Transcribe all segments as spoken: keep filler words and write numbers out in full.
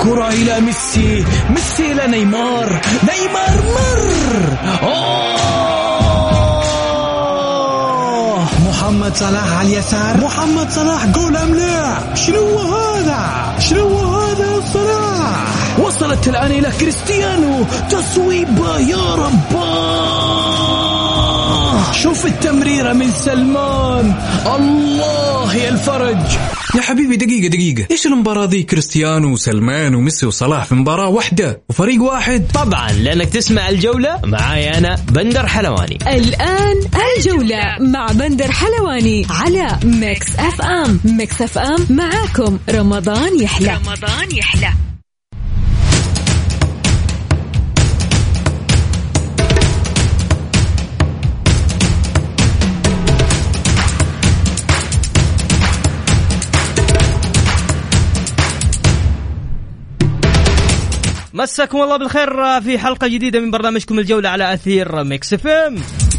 الكرة إلى ميسي، ميسي إلى نيمار، نيمار مر أوه! محمد صلاح على اليسار، محمد صلاح جول أم لا؟ شنو هذا؟ شنو هذا صلاح؟ وصلت الآن إلى كريستيانو، تصويبة يا رباه، شوف التمريرة من سلمان، الله يا الفرج. يا حبيبي دقيقة دقيقة، إيش المباراة ذي؟ كريستيانو وسلمان وميسي وصلاح في مباراة واحدة وفريق واحد؟ طبعا لأنك تسمع الجولة معاي أنا بندر حلواني. الآن الجولة مع بندر حلواني على ميكس أف أم. ميكس أف أم معاكم رمضان يحلى. رمضان يحلى. مساكم الله بالخير في حلقة جديدة من برنامجكم الجولة على أثير ميكس اف ام.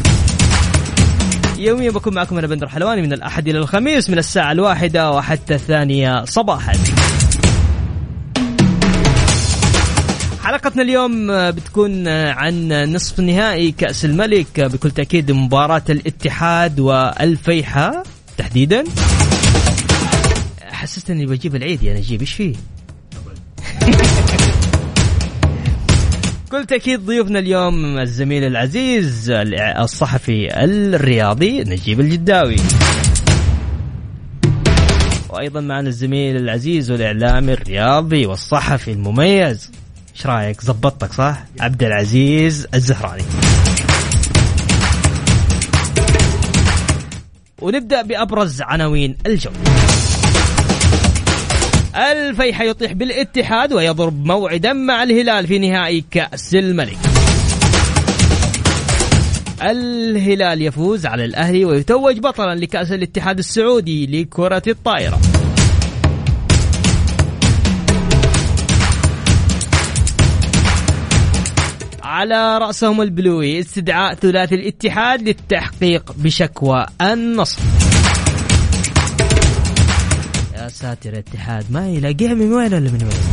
يوميا بكون معكم أنا بندر حلواني من الأحد إلى الخميس من الساعة الواحدة وحتى الثانية صباحا. حلقتنا اليوم بتكون عن نصف نهائي كأس الملك، بكل تأكيد مباراة الاتحاد والفيحة تحديدا. حسست أني بجيب العيد يا نجيب، إيش فيه؟ كل تأكيد ضيوفنا اليوم الزميل العزيز الصحفي الرياضي نجيب الجداوي، وأيضا معنا الزميل العزيز والإعلامي الرياضي والصحفي المميز، إيش رأيك؟ زبطتك صح؟ عبد العزيز الزهراني. ونبدأ بأبرز عناوين الجولة. الفيحة يطيح بالاتحاد ويضرب موعدا مع الهلال في نهائي كأس الملك. الهلال يفوز على الأهلي ويتوج بطلا لكأس الاتحاد السعودي لكرة الطائرة. على رأسهم البلوي استدعاء ثلاثي الاتحاد للتحقيق بشكوى النصر. يا ساتر، الاتحاد ما يلاقيها من وين ولا من وين.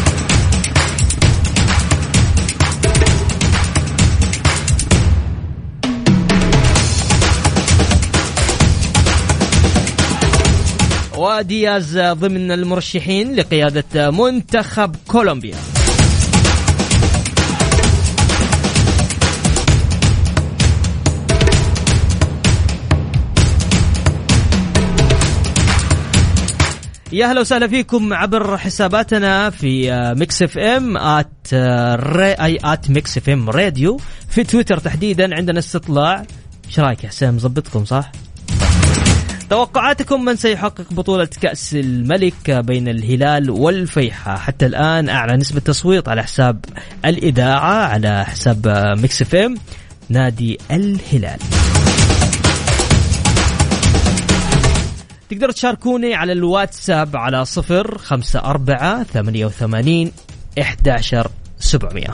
ودياز ضمن المرشحين لقيادة منتخب كولومبيا. يا هلا وسهلا فيكم عبر حساباتنا في ميكس اف ام ات اي ات ميكس اف ام راديو في تويتر تحديدا. عندنا استطلاع، ايش رايك يا حسام؟ زبطكم صح؟ توقعاتكم من سيحقق بطولة كأس الملك بين الهلال والفيحة؟ حتى الآن أعلى نسبة تصويت على حساب الإذاعة على حساب ميكس اف ام نادي الهلال. تقدر تشاركوني على الواتساب على صفر خمسة أربعة ثمانية وثمانين إحدى عشر سبعمية.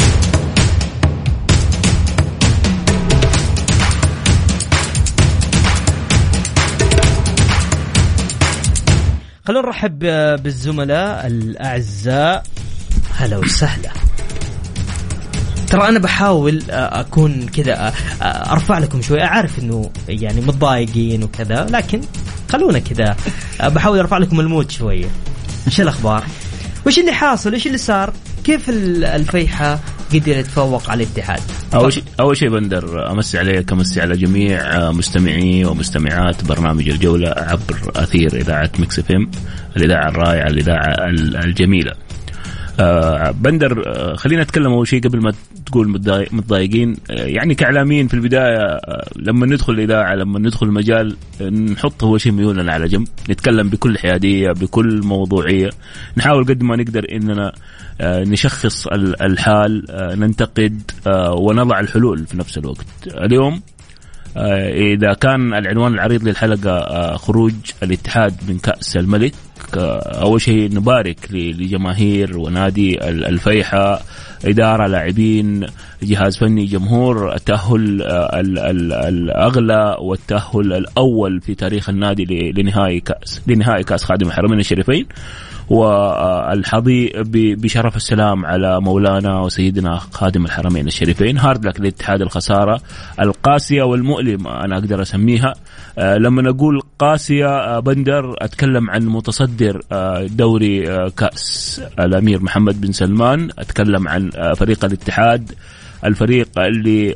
خلونا نرحب بالزملاء الأعزاء. هلا وسهلا. ترى أنا بحاول أكون كذا أرفع لكم شوي، أعرف إنه يعني متضايقين وكذا، لكن خلونا كذا بحاول أرفع لكم المود شوية. إيش الأخبار؟ وإيش اللي حاصل؟ إيش اللي صار؟ كيف الفيحة قدر يتفوق على الاتحاد؟ أول شيء أول شيء بندر أمسي عليك، أمسي على جميع مستمعي ومستمعات برنامج الجولة عبر أثير إذاعة ميكس اف ام، الإذاعة الرائعة، الإذاعة الجميلة. آه بندر، آه خلينا نتكلم أول شيء قبل ما تقول متضايقين. آه يعني كإعلاميين في البداية، آه لما ندخل الإذاعة، لما ندخل المجال، آه نحط هو شيء ميولنا على جنب، نتكلم بكل حيادية بكل موضوعية، نحاول قد ما نقدر إننا آه نشخص الحال، آه ننتقد، آه ونضع الحلول في نفس الوقت. اليوم آه إذا كان العنوان العريض للحلقة آه خروج الاتحاد من كأس الملك، أول شيء نبارك لجماهير ونادي الفيحة، إدارة، لاعبين، جهاز فني، جمهور، التأهل الأغلى والتأهل الأول في تاريخ النادي لنهائي كأس لنهائي كأس خادم الحرمين الشريفين، والحظي بشرف السلام على مولانا وسيدنا خادم الحرمين الشريفين. هارد لك للاتحاد الخسارة القاسية والمؤلمة أنا أقدر أسميها. لما نقول قاسية بندر أتكلم عن متصدر دوري كأس الأمير محمد بن سلمان، أتكلم عن فريق الاتحاد، الفريق اللي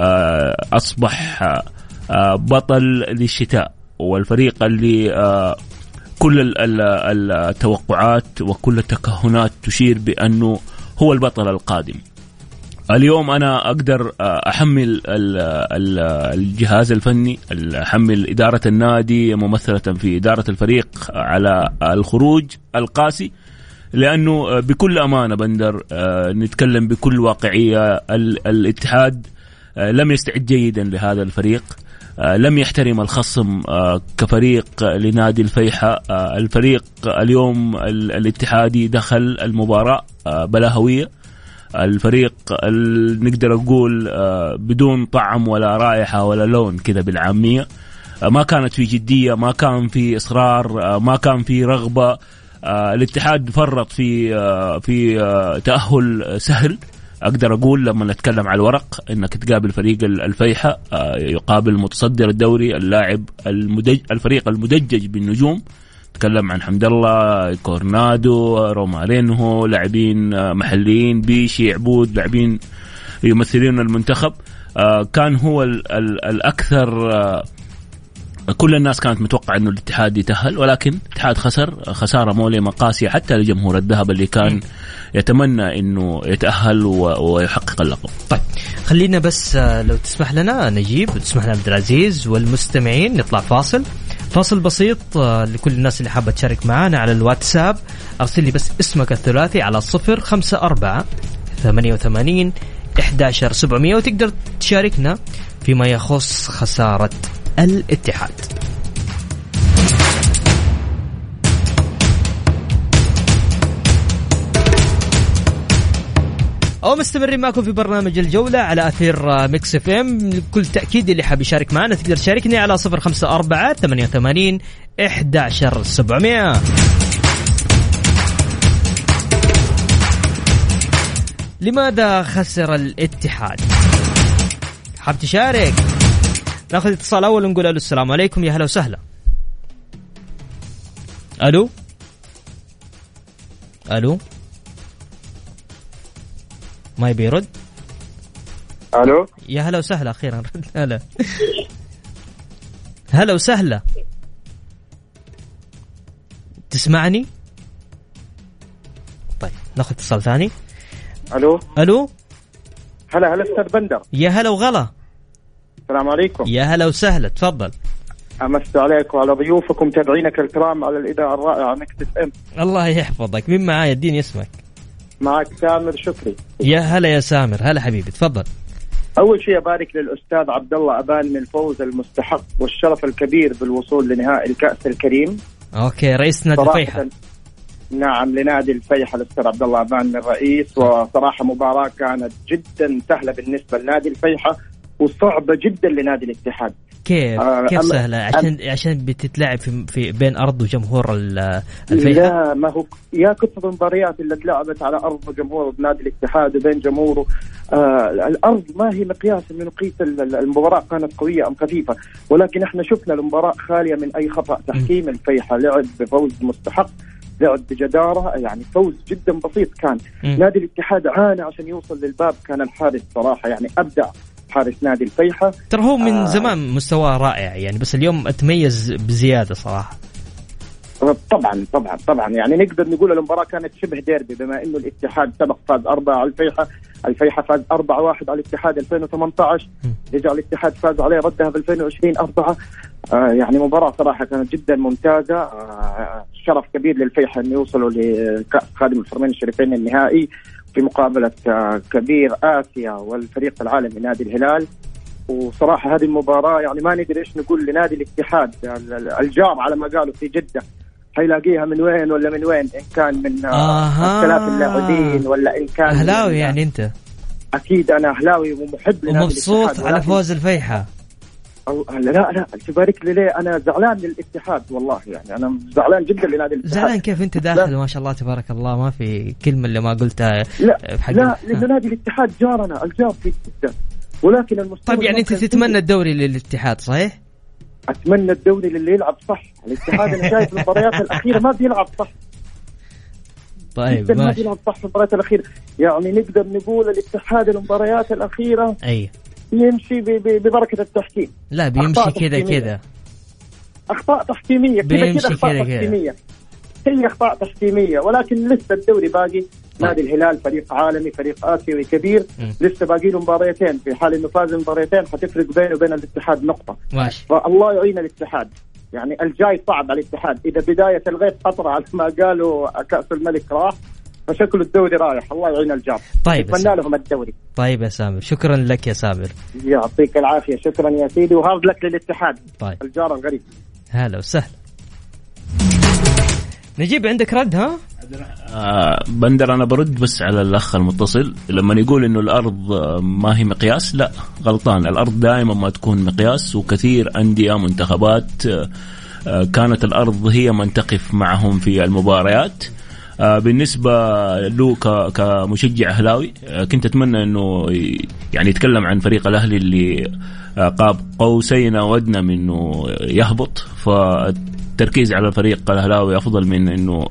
أصبح بطل للشتاء، والفريق اللي كل التوقعات وكل التكهنات تشير بأنه هو البطل القادم. اليوم أنا أقدر أحمل الجهاز الفني، أحمل إدارة النادي ممثلة في إدارة الفريق على الخروج القاسي، لأنه بكل أمانة بندر نتكلم بكل واقعية، الاتحاد لم يستعد جيدا لهذا الفريق، لم يحترم الخصم كفريق لنادي الفيحة. الفريق اليوم الاتحادي دخل المباراة بلا هوية، الفريق نقدر نقول بدون طعم ولا رائحة ولا لون كذا بالعامية، ما كانت في جدية، ما كان في إصرار، ما كان في رغبة. الاتحاد فرط في في تأهل سهل. أقدر أقول لما نتكلم على الورق إنك تقابل فريق الفيحة يقابل متصدر الدوري، اللاعب المدج الفريق المدجج بالنجوم، تكلم عن حمد الله، كورنادو، رومارينهو، لاعبين محليين، بيشي، عبود، لاعبين يمثلون المنتخب. كان هو الأكثر، كل الناس كانت متوقع إنه الاتحاد يتأهل، ولكن الاتحاد خسر خسارة مؤلمة قاسية حتى لجمهور الذهب اللي كان يتمنى إنه يتأهل ويحقق اللقب. طيب خلينا بس لو تسمح لنا نجيب وتسمح لنا عبد العزيز والمستمعين نطلع فاصل فاصل بسيط لكل الناس اللي حابة تشارك معنا على الواتساب. أرسل لي بس اسمك الثلاثي على صفر خمسة أربعة ثمانية وثمانين إحدى عشر سبعمية وتقدر تشاركنا فيما يخص خسارة الاتحاد. أو مستمرين معكم في برنامج الجولة على أثير ميكس اف ام. بكل تأكيد اللي حاب يشارك معنا تقدر تشاركني على صفر خمسة أربعة ثمانية وثمانين إحدى عشر سبعمية. لماذا خسر الاتحاد؟ حاب تشارك؟ ناخذ اتصال أول ونقول ألو السلام عليكم. يا هلا وسهلا. ألو ألو ما يبي يرد. ألو يا هلا وسهلا. أخيرا رد. هلا هلا وسهلا. تسمعني؟ طيب ناخذ اتصال ثاني. ألو ألو هلا هلا أستاذ بندر. يا هلا وغلا. السلام عليكم. يا هلا وسهلا. تفضل. أمست عليك وعلى ضيوفكم متابعينك الكرام على الإذاعة الرائعة ميكس اف ام. الله يحفظك. مين معايا؟ اديني اسمك. معك سامر شكري. يا هلا يا سامر. هلا حبيبي تفضل. أول شيء أبارك للأستاذ عبد الله أبان من الفوز المستحق والشرف الكبير بالوصول لنهائي الكأس الكريم. أوكي رئيس نادي الفيحة. نعم لنادي الفيحة الأستاذ عبد الله أبان من الرئيس. وصراحة مباراة كانت جدا سهلة بالنسبة لنادي الفيحة وصعبة جدا لنادي الاتحاد. كيف آه كيف سهلة؟ عشان عشان بتتلعب في في بين أرض وجمهور الفيحة. لا ما هو يا كثر المباريات اللي تلعبت على أرض وجمهور نادي الاتحاد وبين جمهوره. آه الأرض ما هي مقياس من مقياس المباراة كانت قوية أم خفيفة، ولكن احنا شفنا المباراة خالية من أي خطأ تحكيم. الفيحة لعب بفوز مستحق، لعب بجدارة، يعني فوز جدا بسيط كان. م. نادي الاتحاد عانى عشان يوصل للباب. كان الحارس صراحة يعني أبدع حارس نادي الفيحة. ترى هو من آه زمان مستواه رائع يعني، بس اليوم اتميز بزيادة صراحة. طبعا طبعا طبعا يعني نقدر نقول المباراة كانت شبه ديربي، بما انه الاتحاد سبق فاز أربعة على الفيحة، الفيحة فاز أربعة واحد على الاتحاد ألفين وثمانية عشر، رجع الاتحاد فاز عليه ردها في ألفين وعشرين أربعة. آه يعني مباراة صراحة كانت جدا ممتازة. آه شرف كبير للفيحة أن يوصلوا لكأس خادم الحرمين الشريفين النهائي في مقابلة آه كبير آسيا والفريق العالمي نادي الهلال. وصراحة هذه المباراة يعني ما ندري إيش نقول لنادي الاتحاد الجار على ما قالوا في جدة. حيلاقيها من وين ولا من وين، إن كان من اختلاف اللاعبين ولا إن كان أهلاوي. يعني أنت أكيد أنا أهلاوي ومحب لنادي ومبسوط على فوز الفيحة. لا لا تبارك لي ليه، أنا زعلان للاتحاد والله، يعني أنا زعلان جدا لنادي الاتحاد. زعلان كيف أنت داخل ما شاء الله تبارك الله ما في كلمة اللي ما قلتها. لا لا لأن نادي الاتحاد جارنا الجار في جدا، ولكن المستوى. طيب يعني أنت تتمنى الدوري للاتحاد صحيح؟ أتمنى الدوري للي يلعب صح. الاتحاد أنا شايف المباريات الأخيرة ما بيلعب صح. طيب ما بيلعب صح في المباريات الأخيرة، يعني نقدر نقول الاتحاد المباريات الأخيرة أي يمشي ببركة التحكيم. لا بيمشي كذا كذا أخطاء تحكيمية كذا كذا أخطاء تحكيمية هي أخطاء تحكيمية، ولكن لسه الدوري باقي. نادي الهلال فريق عالمي، فريق آسيوي كبير، م. لسه باقي له مباريتين، في حال إنه فاز المباريتين حتفرق بينه وبين الاتحاد نقطة. ماشي. فالله يعين الاتحاد، يعني الجاي صعب على الاتحاد. إذا بداية الغيث قطرة على ما قالوا كأس الملك راح، فشكل الدوري رايح. الله يعين الجار. طيب أتمنى لهم الدوري. طيب يا سامر، شكرا لك يا سامر. يعطيك العافية. شكرا يا سيدي، وهارد لك للاتحاد. طيب. الجار الغريب. هلا وسهلا. نجيب عندك رد؟ ها آه بندر، أنا برد بس على الأخ المتصل لما يقول إنه الأرض ما هي مقياس. لا، غلطان. الأرض دائما ما تكون مقياس، وكثير أندية منتخبات آه كانت الأرض هي من تقف معهم في المباريات. آه بالنسبة له كمشجع أهلاوي، آه كنت أتمنى إنه يعني يتكلم عن فريق الأهلي اللي آه قاب قوسين ودنا من إنه يهبط. ف التركيز على الفريق الأهلاوي أفضل من إنه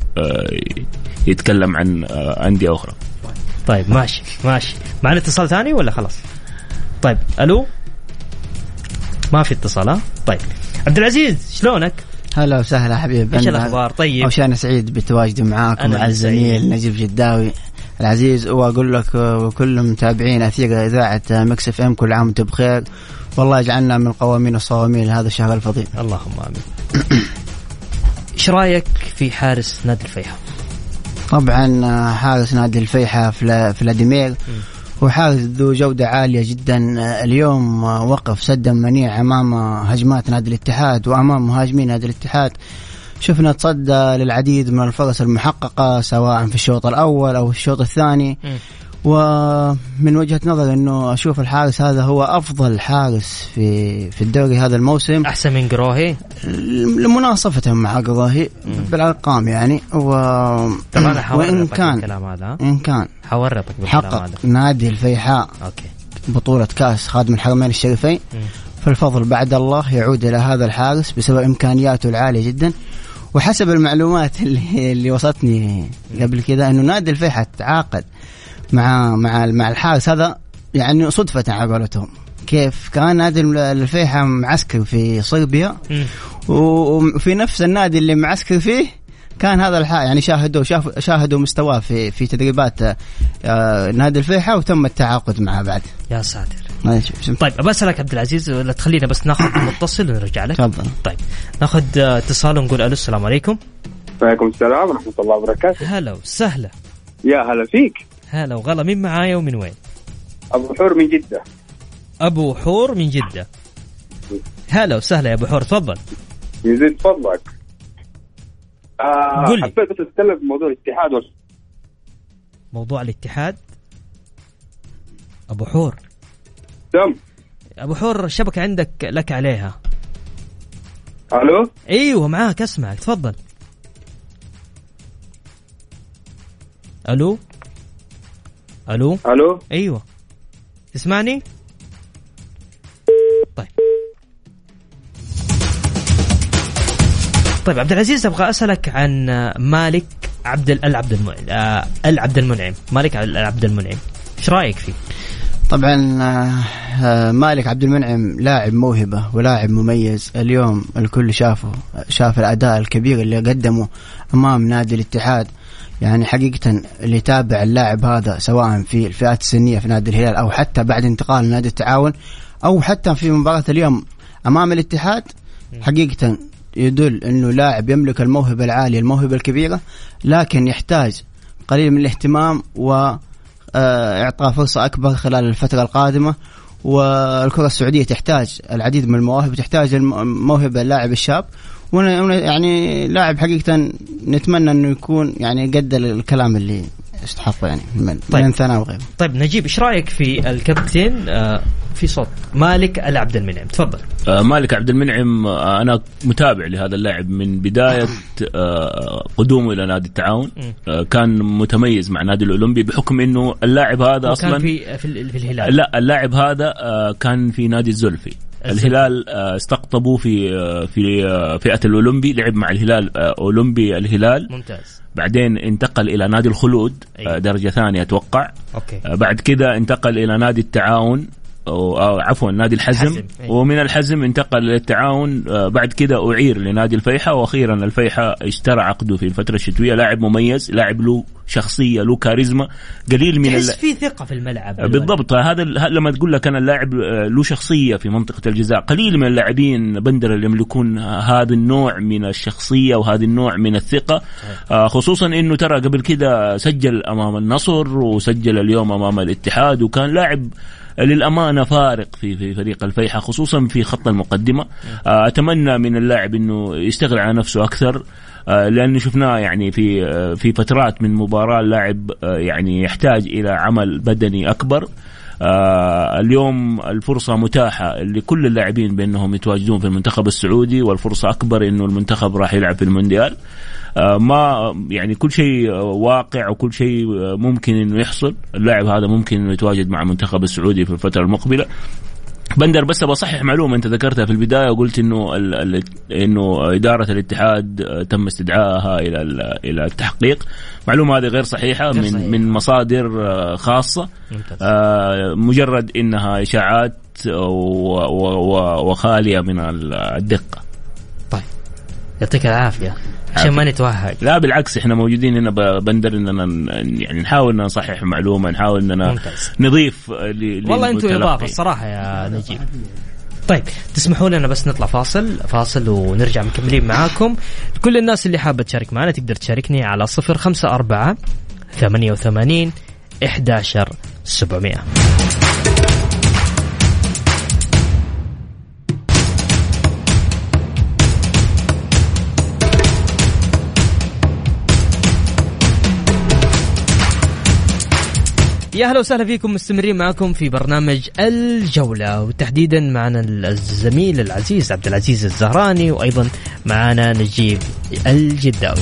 يتكلم عن أندية أخرى. طيب ماشي ماشي. معنا اتصال ثاني ولا خلاص؟ طيب ألو، ما في اتصال. طيب عبد العزيز شلونك؟ هلا وسهلا حبيبي، ايش الاخبار؟ طيب وشان سعيد بتواجدي معاكم مع الزميل نجيب جداوي العزيز، واقول لك وكل متابعين اثير اذاعه مكس اف ام كل عام وانتم بخير، والله يجعلنا من القوامين والصوامين هذا الشهر الفضيل. اللهم امين. ايش رايك في حارس نادي الفيحاء؟ طبعا حارس نادي الفيحاء فلاديمير وحارس ذو جودة عالية جدا. اليوم وقف سدا منيع أمام هجمات نادي الاتحاد وأمام مهاجمين نادي الاتحاد. شفنا تصدى للعديد من الفرص المحققة سواء في الشوط الأول أو الشوط الثاني. م. ومن وجهة نظر أنه أشوف الحارس هذا هو أفضل حارس في في الدوري هذا الموسم، أحسن من قراهي لمناصفة مع قراهي بالأرقام يعني. و... وإن كان إن كان حقق نادي الفيحاء أوكي. بطولة كأس خادم الحرمين الشريفين، فالفضل بعد الله يعود إلى هذا الحارس بسبب إمكانياته العالية جدا. وحسب المعلومات اللي, اللي وصلتني قبل كذا أنه نادي الفيحاء تعاقد مع مع مع الحارس هذا يعني صدفة على قولتهم. كيف كان نادي الفيحاء معسكر في صربيا وفي نفس النادي اللي معسكر فيه كان هذا الحارس، يعني شاهدوا شاف شاهدوا مستواه في في تدريبات نادي الفيحاء وتم التعاقد معه بعد. يا ساتر. طيب أبسلك عبد العزيز ولا تخلينا بس ناخذ متصل ونرجع لك؟ تفضل. طيب ناخذ اتصال ونقول ألو السلام عليكم. وعليكم السلام ورحمة الله وبركاته. هلا وسهلا. يا هلا فيك. هلا وغلا. مين معايا ومن وين؟ أبو حور من جدة. أبو حور من جدة. هلا وسهلا يا أبو حور، تفضل. يزيد فضلك. آه قولي. حبيت بس أتكلم في موضوع الاتحاد وش... موضوع الاتحاد أبو حور. تم. أبو حور الشبكة عندك لك عليها. ألو. أيوة معاك أسمعك، تفضل. ألو ألو ألو. أيوة تسمعني؟ طيب طيب عبد العزيز أبغى أسألك عن مالك عبد العبد المنعم. العبد المنعم مالك العبد المنعم، إيش رأيك فيه؟ طبعا مالك عبد المنعم لاعب موهبة ولاعب مميز. اليوم الكل شافه شاف الأداء الكبير اللي قدمه أمام نادي الاتحاد. يعني حقيقة اللي يتابع اللاعب هذا سواء في الفئات السنية في نادي الهلال أو حتى بعد انتقال نادي التعاون أو حتى في مباراة اليوم أمام الاتحاد، حقيقة يدل أنه لاعب يملك الموهبة العالية الموهبة الكبيرة، لكن يحتاج قليل من الاهتمام وإعطاء فرصة أكبر خلال الفترة القادمة. والكرة السعودية تحتاج العديد من المواهب، تحتاج الموهبة اللاعب الشاب، يعني لاعب حقيقة نتمنى انه يكون يعني قد الكلام اللي استحقه يعني من, طيب. من ثناء وغيره. طيب نجيب ايش رايك في الكابتن آه في صوت مالك العبد المنعم؟ تفضل. آه مالك عبد المنعم، آه انا متابع لهذا اللاعب من بدايه آه قدومه الى نادي التعاون. آه كان متميز مع نادي الاولمبي بحكم انه اللاعب هذا اصلا كان في في, في الهلال. لا اللاعب هذا آه كان في نادي الزلفي. الهلال استقطبوا في في فئة الأولمبي، لعب مع الهلال أولمبي الهلال ممتاز. بعدين انتقل إلى نادي الخلود أيوة. درجة ثانية أتوقع. أوكي. بعد كده انتقل إلى نادي التعاون أو عفوا نادي الحزم, الحزم. أيوة. ومن الحزم انتقل للتعاون. بعد كده أعير لنادي الفيحة، وأخيرا الفيحة اشترى عقده في الفترة الشتوية. لاعب مميز، لاعب له شخصية، له كاريزما، قليل من تحس فيه ثقة في الملعب. بالضبط، هذا لما تقول لك أنا اللاعب له شخصية في منطقة الجزاء. قليل من اللاعبين بندر اللي يملكون هذا النوع من الشخصية وهذا النوع من الثقة، خصوصا إنه ترى قبل كده سجل أمام النصر وسجل اليوم أمام الاتحاد، وكان لاعب للأمانة فارق في في فريق الفيحة خصوصا في خط المقدمة. أتمنى من اللاعب إنه يشتغل على نفسه أكثر، لأن شفناه يعني في في فترات من مباراة اللاعب يعني يحتاج إلى عمل بدني أكبر. اليوم الفرصة متاحة لكل اللاعبين بأنهم يتواجدون في المنتخب السعودي، والفرصة أكبر إنه المنتخب راح يلعب في المونديال. ما يعني كل شيء واقع وكل شيء ممكن إنه يحصل. اللاعب هذا ممكن إنه يتواجد مع المنتخب السعودي في الفترة المقبلة. بندر بس بصحح معلومة أنت ذكرتها في البداية وقلت إنه ال إنه إدارة الاتحاد تم استدعائها إلى إلى التحقيق. معلومة هذه غير صحيحة من صحيح. من مصادر خاصة، مجرد إنها إشاعات وخالية من الدقة. طيب يعطيك العافية عشان ما نتوهق. لا بالعكس، احنا موجودين هنا بندر اننا يعني نحاول ان نصحح معلومه، نحاول اننا نضيف. والله انتم اضافه الصراحه يا نجيب. طيب تسمحوا لنا بس نطلع فاصل فاصل ونرجع مكملين معاكم. كل الناس اللي حابه تشارك معنا تقدر تشاركني على صفر خمسة أربعة ثمانية وثمانين إحدى عشر سبعمية. يا أهلا وسهلا فيكم، مستمرين معكم في برنامج الجولة، وتحديدا معنا الزميل العزيز عبد العزيز الزهراني، وأيضا معنا نجيب الجداوي.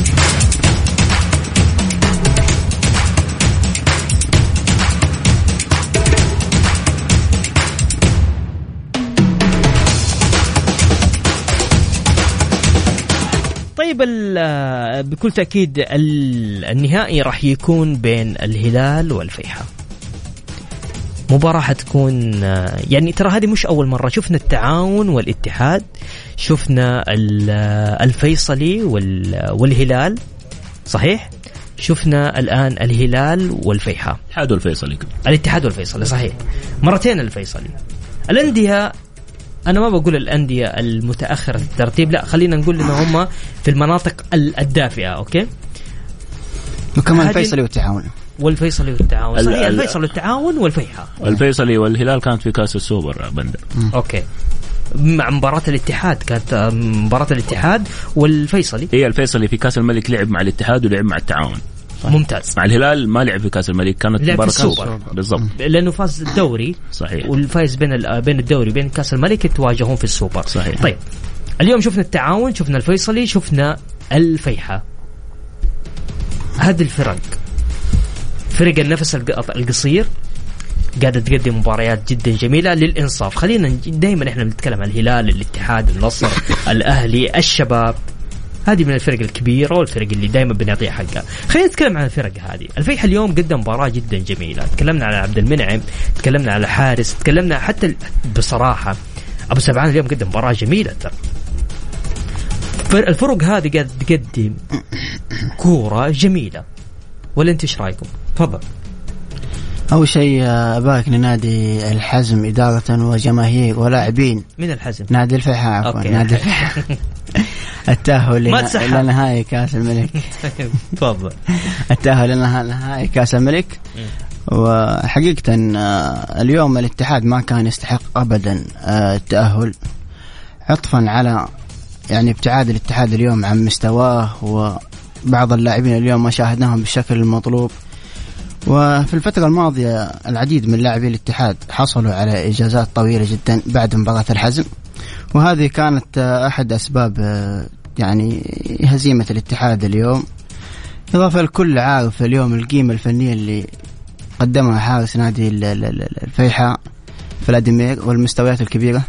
طيب بكل تأكيد النهائي راح يكون بين الهلال والفيحة. مباراة حتكون يعني ترى هذه مش أول مرة، شفنا التعاون والاتحاد، شفنا الفيصلي والهلال صحيح، شفنا الآن الهلال والفيحة، الاتحاد والفيصلي الاتحاد والفيصلي صحيح، مرتين الفيصلي. الأندية أنا ما بقول الأندية المتأخرة في الترتيب، لا خلينا نقول إن هم في المناطق الدافئة. أوكي، وكمان الفيصلي والتعاون والفيصلي والتعاون صحيح، الفيصلي والتعاون والفيحة. الفيصلي والهلال كانت في كأس السوبر بندر. أوكي، مع مباراة الاتحاد كانت مباراة الاتحاد والفيصلي. هي الفيصلي في كأس الملك لعب مع الاتحاد ولعب مع التعاون. ممتاز. مع الهلال ما لعب في كأس الملك، كانت مباراة السوبر بالضبط، لأنه فاز الدوري صحيح، والفايز بين بين الدوري بين كأس الملك يتواجهون في السوبر صحيح. طيب اليوم شفنا التعاون، شفنا الفيصلي، شفنا الفيحة. هذه الفرق فرق النفس القصير قاعدة تقدم مباريات جدا جميلة للإنصاف. خلينا دائما احنا نتكلم عن الهلال، الاتحاد، النصر، الأهلي، الشباب، هذه من الفرق الكبيرة والفرق اللي دائما بنعطيها حقها. خلينا نتكلم عن الفرق هذه. الفيحة اليوم قدم مباراة جدا جميلة، تكلمنا على عبد المنعم، تكلمنا على حارس، تكلمنا حتى بصراحة أبو سبعان اليوم قدم مباراة جميلة. ترى الفرق هذه قاعدة تقدم كورة جميلة، ولا أنت إيش رأيكم؟ تفضل. أول شيء أبارك لنادي الحزم إدارة وجماهير ولاعبين. من الحزم؟ نادي الفيحة عفوا. نادي الفيحة التأهل لنهائي كأس الملك. تفضل. التأهل لنهائي كأس الملك. وحقيقة اليوم الاتحاد ما كان يستحق أبدا التأهل، عطفا على يعني ابتعاد الاتحاد اليوم عن مستواه، وبعض اللاعبين اليوم ما شاهدناهم بالشكل المطلوب. وفي الفترة الماضية العديد من لاعبي الاتحاد حصلوا على إجازات طويلة جدا بعد مباراة الحزم، وهذه كانت أحد أسباب يعني هزيمة الاتحاد اليوم. إضافة لكل عارف اليوم القيمة الفنية اللي قدمها حارس نادي الفيحاء فلاديمير والمستويات الكبيرة.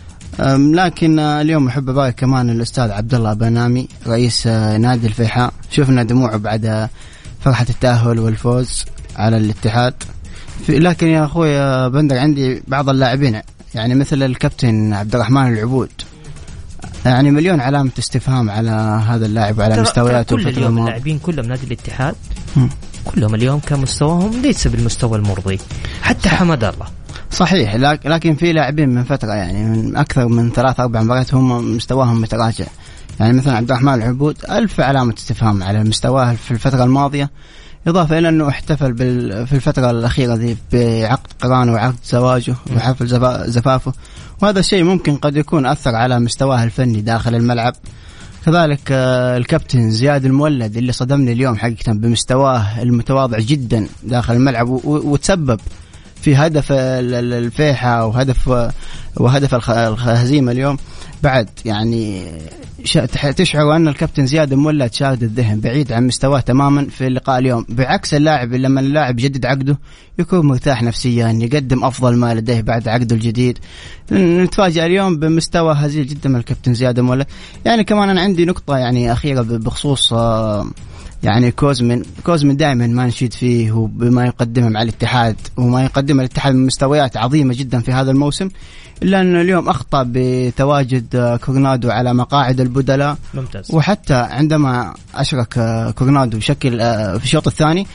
لكن اليوم أحب أبارك كمان الأستاذ عبد الله بنامي رئيس نادي الفيحاء، شفنا دموعه بعد فرحة التأهل والفوز على الاتحاد. لكن يا أخوي بندر عندي بعض اللاعبين يعني مثل الكابتن عبد الرحمن العبود، يعني مليون علامة استفهام على هذا اللاعب وعلى مستوياته. كل اليوم اللاعبين كلهم نادي الاتحاد م. كلهم اليوم كان مستواهم ليس بالمستوى المرضي، حتى حمد الله صحيح. لكن في لاعبين من فترة يعني من أكثر من ثلاث أربع مباريات هم مستواهم متراجع، يعني مثلا عبد الرحمن العبود ألف علامة استفهام على مستواه في الفترة الماضية، إضافة إلى أنه احتفل في الفترة الأخيرة دي بعقد قرانه وعقد زواجه وحفل زفافه، وهذا الشيء ممكن قد يكون أثر على مستواه الفني داخل الملعب. كذلك الكابتن زياد المولد اللي صدمني اليوم حقيقة بمستواه المتواضع جدا داخل الملعب، وتسبب في هدف الفيحة وهدف وهدف الهزيمة اليوم. بعد يعني تشعر أن الكابتن زياد المولد شارد الذهن بعيد عن مستواه تماما في اللقاء اليوم، بعكس اللاعب لما اللاعب يجدد عقده يكون مرتاح نفسيا، يقدم أفضل ما لديه بعد عقده الجديد. نتفاجأ اليوم بمستوى هزيل جدا من الكابتن زياد المولد. يعني كمان أنا عندي نقطة يعني أخيرة بخصوص يعني كوزمن كوزمن دائما ما نشيد فيه وبما يقدمه مع الاتحاد وما يقدمه الاتحاد من مستويات عظيمة جدا في هذا الموسم، إلا أنه اليوم أخطأ بتواجد كورنادو على مقاعد البدلاء. ممتاز. وحتى عندما أشرك كورنادو بشكل في الشوط الثاني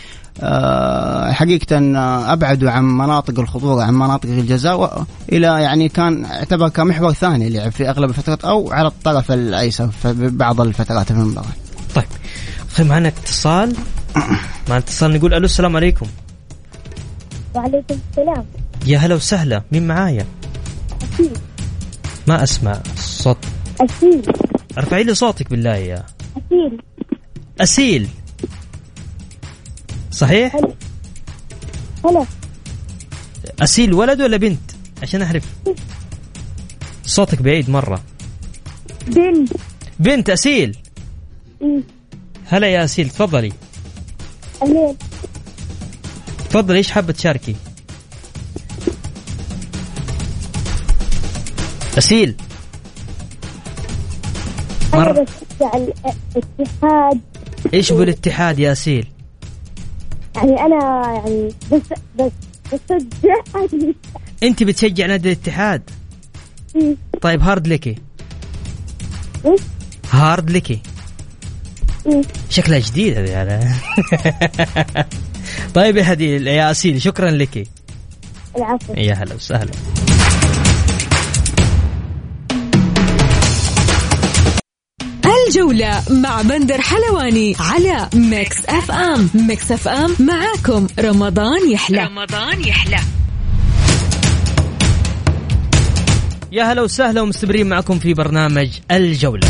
حقيقة أبعدوا عن مناطق الخطورة عن مناطق الجزاء، إلى يعني كان اعتبر كمحور ثاني لعب في أغلب الفترات أو على الطرف الأيسر في بعض الفترات في المباراة. طيب خي معنا اتصال مع اتصال نقول ألو السلام عليكم. وعليكم السلام. يا هلا وسهلا، مين معايا؟ أسيل. ما أسمع الصوت. أسيل. ارفعي لي صوتك بالله يا أسيل. أسيل صحيح؟ هلا هلا. أسيل ولد ولا بنت عشان أعرف؟ صوتك بعيد مرة. بنت. بنت أسيل. إيه. هلا يا أسيل، تفضلي. أهلا. تفضلي، إيش حابة تشاركي؟ أنا أسيل مر... بشجع الاتحاد. إيش بالاتحاد يا أسيل؟ يعني أنا يعني بس بس بشجع. أنت بتشجع نادي الاتحاد؟ إيه. طيب هارد لكي. إيه؟ هارد لكي. إيه؟ شكلها جديد هذه يعني. طيب يا هدي يا أسيل، شكرا لك. العفو. يا هلا وسهلا. الجولة مع بندر حلواني على ميكس اف ام. ميكس اف ام معاكم رمضان يحلى. رمضان يحلى. يا هلا وسهلا ومستمرين معكم في برنامج الجولة.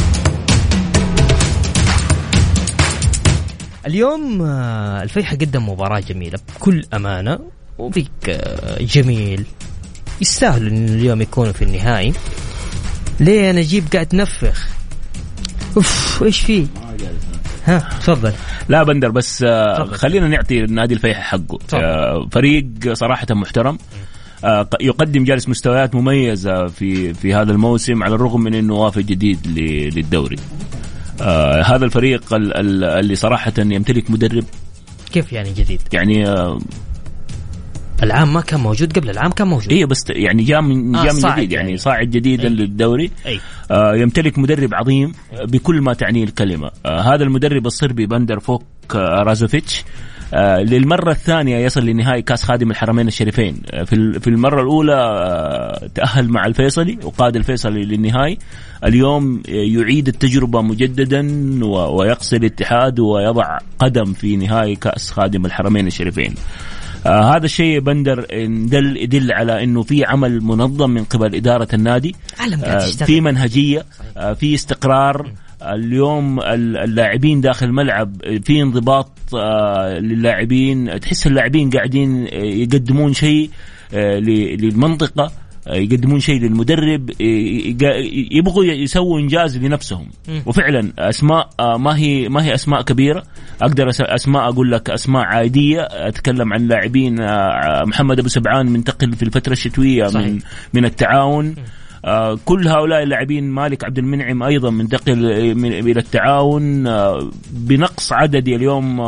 اليوم الفيحة قدم مباراة جميلة بكل أمانة، وفيك جميل يستاهل إن اليوم يكونوا في النهائي. ليه أنا جيب قاعد تنفخ؟ أوف إيش فيه؟ ها تفضل. لا بندر بس تفضل. خلينا نعطي النادي الفيحة حقه. تفضل. فريق صراحة محترم، يقدم جالس مستويات مميزة في في هذا الموسم على الرغم من إنه وافد جديد للدوري. آه هذا الفريق اللي صراحة يمتلك مدرب. كيف يعني جديد؟ يعني آه العام ما كان موجود، قبل العام كان موجود. إيه بس يعني جاء من آه جاء من جديد، يعني, يعني صاعد جديدا أي. للدوري. أي. آه يمتلك مدرب عظيم بكل ما تعنيه الكلمة. آه هذا المدرب الصربي بندر فوق آه رازوفيتش آه للمرة الثانية يصل لنهائي كأس خادم الحرمين الشريفين. آه في في المرة الأولى آه تأهل مع الفيصلي وقاد الفيصلي للنهائي. اليوم يعيد التجربة مجددا ويقصد الاتحاد ويضع قدم في نهائي كأس خادم الحرمين الشريفين. آه هذا الشيء بندر يدل, يدل على انه في عمل منظم من قبل اداره النادي، آه في منهجيه، آه في استقرار. اليوم اللاعبين داخل الملعب في انضباط آه للاعبين، تحس اللاعبين قاعدين يقدمون شيء آه للمنطقه، يقدمون شيء للمدرب، يبغوا يسووا إنجاز لنفسهم. وفعلا أسماء ما هي ما هي أسماء كبيرة، أقدر أسماء أقول لك أسماء عادية. أتكلم عن لاعبين محمد أبو سبعان منتقل في الفترة الشتوية صحيح. من من التعاون. كل هؤلاء اللاعبين، مالك عبد المنعم أيضا منتقل إلى التعاون بنقص عددي اليوم.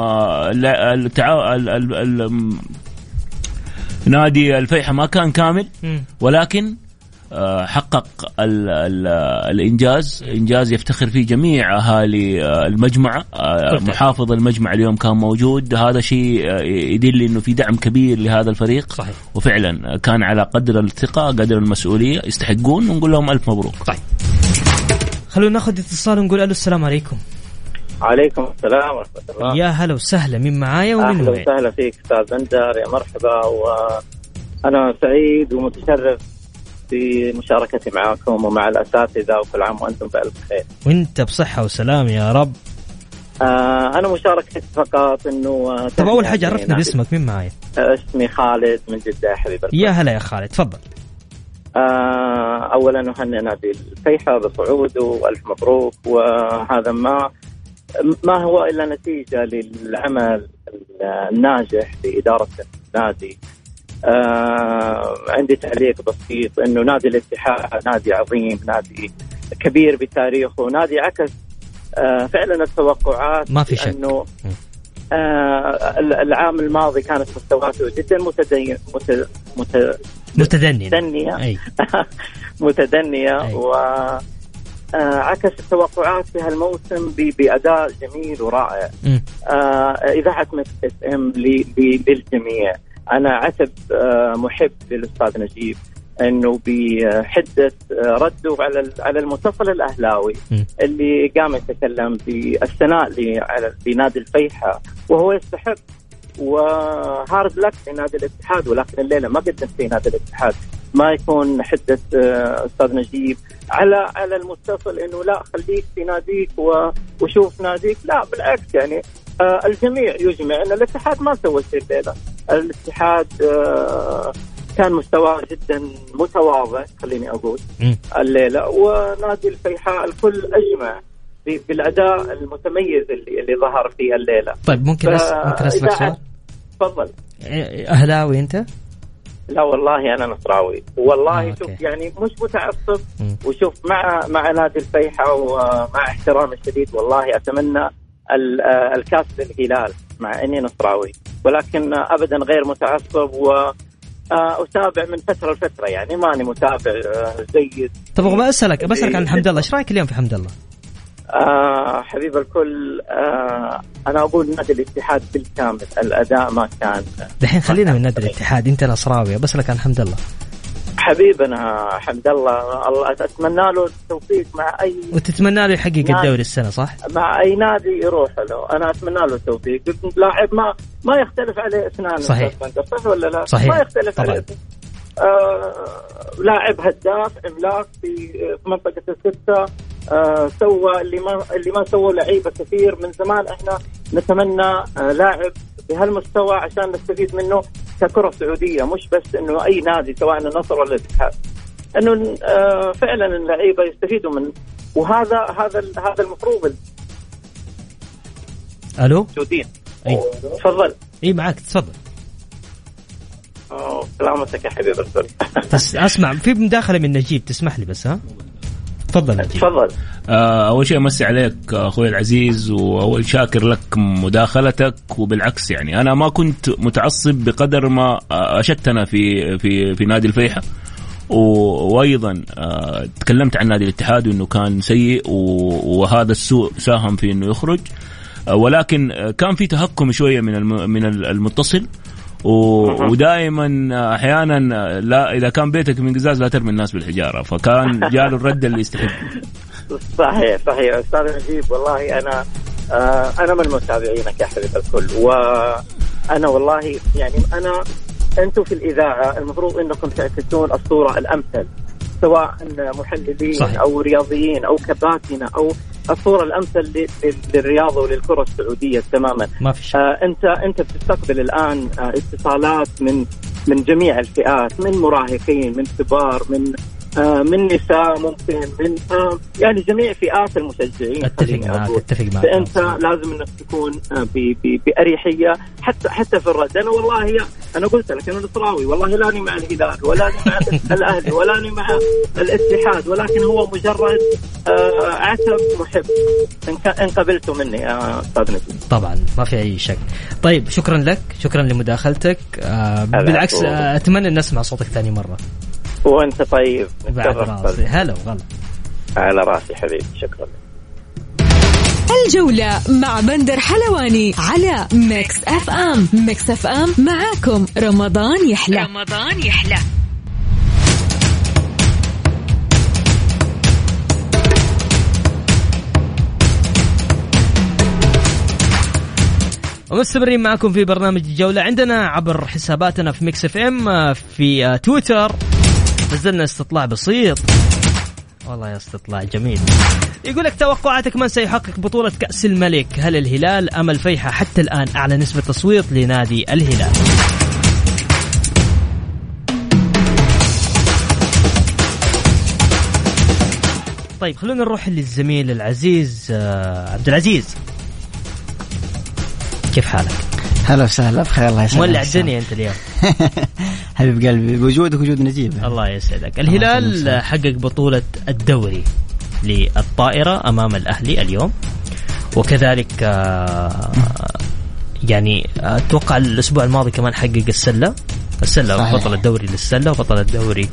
التعاون نادي الفيحة ما كان كامل، ولكن حقق ال ال الإنجاز، إنجاز يفتخر فيه جميع أهالي المجمع. محافظ المجمع اليوم كان موجود، هذا شيء يدل إنه في دعم كبير لهذا الفريق صحيح. وفعلا كان على قدر الثقة، قدر المسؤولية، يستحقون، ونقول لهم ألف مبروك. طيب خلونا ناخذ اتصال ونقول ألو السلام عليكم. عليكم السلام ورحمة الله. يا هلا وسهلا، من معايا ومن وين؟ أهلا وسهلا فيك أستاذ بندر، يا مرحبا، وأنا سعيد ومتشرف بمشاركتي معكم ومع الأساتذة، وكل عام وأنتم بألف خير. وأنت بصحة وسلام يا رب. آه أنا مشاركتي فقط إنه طب أول حاجة عرفنا باسمك، مين معايا؟ اسمي خالد من جدة حبيبي. يا هلا يا خالد، تفضل. آه أولا نهنئ نادي الفيحة بصعوده وألف مبروك، وهذا ما ما هو إلا نتيجة للعمل الناجح لإدارة النادي. آه عندي تعليق بسيط، إنه نادي الاتحاد نادي عظيم، نادي كبير بتاريخه، نادي عكس آه فعلا التوقعات. ما في شك إنه آه العام الماضي كانت مستوياته جدا متدين مت مت متدنية متدنية متدنية أي. و آه عكس التوقعات في هالموسم بأداء جميل ورائع. آه إذاعة مكس اف ام للجميع. أنا عتب آه محب للأستاذ نجيب إنه بحدة آه رده على على المتصل الأهلاوي م. اللي قام يتكلم بالثناء لنادي الفيحة، وهو يستحق، وهارد لك في نادي الاتحاد، ولكن الليلة ما قدم في نادي الاتحاد. ما يكون حدة أستاذ نجيب على على المتصل إنه لا خليك في ناديك وشوف ناديك، لا بالعكس. يعني آه الجميع يجمع أن الاتحاد ما سوى شيء الليلة. الاتحاد آه كان مستواه جدا متواضع خليني أقول م. الليلة، ونادي الفيحاء الكل أجمع بالأداء المتميز اللي اللي ظهر فيه الليلة. طيب ممكن أس... ممكن أسألك سؤال؟ تفضل. أهلاوي أنت؟ لا والله أنا نصراوي، والله آه، شوف أوكي. يعني مش متعصب، وشوف مع مع نادي الفيحة ومع احترام الشديد والله أتمنى الكاس للهلال مع إني نصراوي، ولكن أبدا غير متعصب، وأتابع من فترة لفترة، يعني ماني متابع جيد. طب أبغى أسألك بسألك عن حمد الله، إيش رأيك اليوم في حمد الله؟ آه حبيب الكل، آه أنا أقول نادي الاتحاد بالكامل الأداء ما كان. دحين خلينا من نادي الاتحاد، أنت نصراوي، بسألك عن حمد الله. حبيبنا حمد الله، الله أتمنى له التوفيق مع أي، وتتمنى له يحقق الدوري السنة صح؟ مع أي نادي يروح له، أنا أتمنى له التوفيق. لاعب ما ما يختلف عليه اثنان، صحيح صح ولا لا؟ صحيح. ما يختلف طبعا. عليه. آه لاعب هداف عملاق في منطقة الستة، آه سوى اللي ما اللي ما سووا لعيبة كثير من زمان. احنا نتمنى آه لاعب بهالمستوى عشان نستفيد منه ككرة سعودية، مش بس انه اي نادي سواء النصر ولا الاتحاد، انه آه فعلا اللعيبة يستفيدوا من، وهذا هذا هذا المفروض. الو سعوديين تفضل. اي معك تفضل. سلامتك يا حبيبي الرسول. اسمع في مداخلة من نجيب تسمح لي بس. ها تفضل نجيب. تفضل. أول شيء أمسي عليك أخوي العزيز، وأول شاكر لك مداخلتك، وبالعكس يعني أنا ما كنت متعصب بقدر ما أشدتنا في في في نادي الفيحة، وأيضا تكلمت عن نادي الاتحاد وإنه كان سيء، وهذا السوء ساهم في إنه يخرج، ولكن كان في تهكم شوية من من المتصل، ودائما احيانا لا اذا كان بيتك من قزاز لا ترمي الناس بالحجاره، فكان جاله الرد اللي يستحق. صحيح صحيح استاذ نجيب، والله انا آه انا من متابعينك يا حبيب الكل، و أنا والله يعني أنا أنتم في الإذاعة المفروض أنكم تعكسون الصورة الأمثل، سواء محللين صحيح. أو رياضيين أو كباتنة أو الصورة الأمثل للرياضة وللكرة السعودية تماما. ما في شيء. آه أنت أنت بتستقبل الآن آه اتصالات من من جميع الفئات، من مراهقين، من كبار، من آه من نساء، ممكن من آه يعني جميع فئات المشجعين. اتفق معك اتفق معك. فأنت لازم انك تكون آه بأريحية حتى حتى في الرد. أنا والله أنا قلت لك أنا نصراوي، والله لاني مع الهلال ولا مع الأهلي ولا مع الاتحاد، ولكن هو مجرد آه عتب محب إن قبلته مني يا أستاذ نجم. طبعا ما في أي شك. طيب شكرا لك، شكرا لمداخلتك. آه بالعكس آه أتمنى أن نسمع صوتك ثاني مرة. وأنت طيب. بعد راسي. هلا وغلا. على راسي حبيبي، شكرا. الجولة مع بندر حلواني على ميكس أف أم. ميكس أف أم معاكم رمضان يحلى. رمضان يحلى. ومستمرين معكم في برنامج الجولة. عندنا عبر حساباتنا في ميكس اف ام في تويتر نزلنا استطلاع بسيط، والله يا استطلاع جميل. يقول لك توقعاتك من سيحقق بطولة كأس الملك؟ هل الهلال أم الفيحة؟ حتى الآن أعلى نسبة تصويت لنادي الهلال. طيب خلونا نروح للزميل العزيز عبد العزيز، كيف حالك؟ هلا وسهلا بخير، الله يسعدك. مولع الدنيا انت اليوم. حبيب قلبي، بوجودك وجود نجيب. الله يسعدك. الهلال حقق بطولة الدوري للطائرة أمام الأهلي اليوم، وكذلك يعني أتوقع الأسبوع الماضي كمان حقق السلة السلة صحيح. بطل الدوري للسلة وبطل الدوري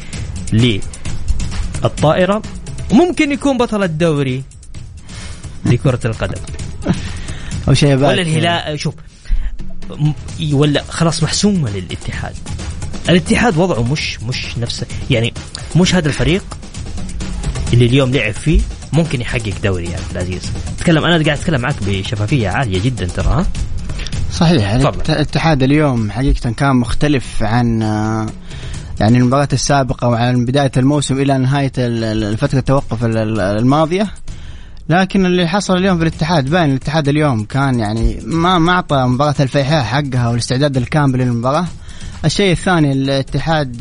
للطائرة، وممكن يكون بطل الدوري لكرة القدم. أو شيء ولا الهلال شوف ولا خلاص محسومة للاتحاد. الاتحاد وضعه مش مش نفسه، يعني مش هذا الفريق اللي اليوم لعب فيه ممكن يحقق دوري. يعني العزيز تكلم، أنا قاعد أتكلم معك بشفافية عالية جدا ترى. صحيح. الاتحاد اليوم حقيقة كان مختلف عن يعني المباراة السابقة وعن بداية الموسم إلى نهاية الفترة التوقف الماضية. لكن اللي حصل اليوم في الاتحاد باين الاتحاد اليوم كان يعني ما ما أعطى مباراة الفيحاء حقها والاستعداد الكامل للمباراة. الشيء الثاني الاتحاد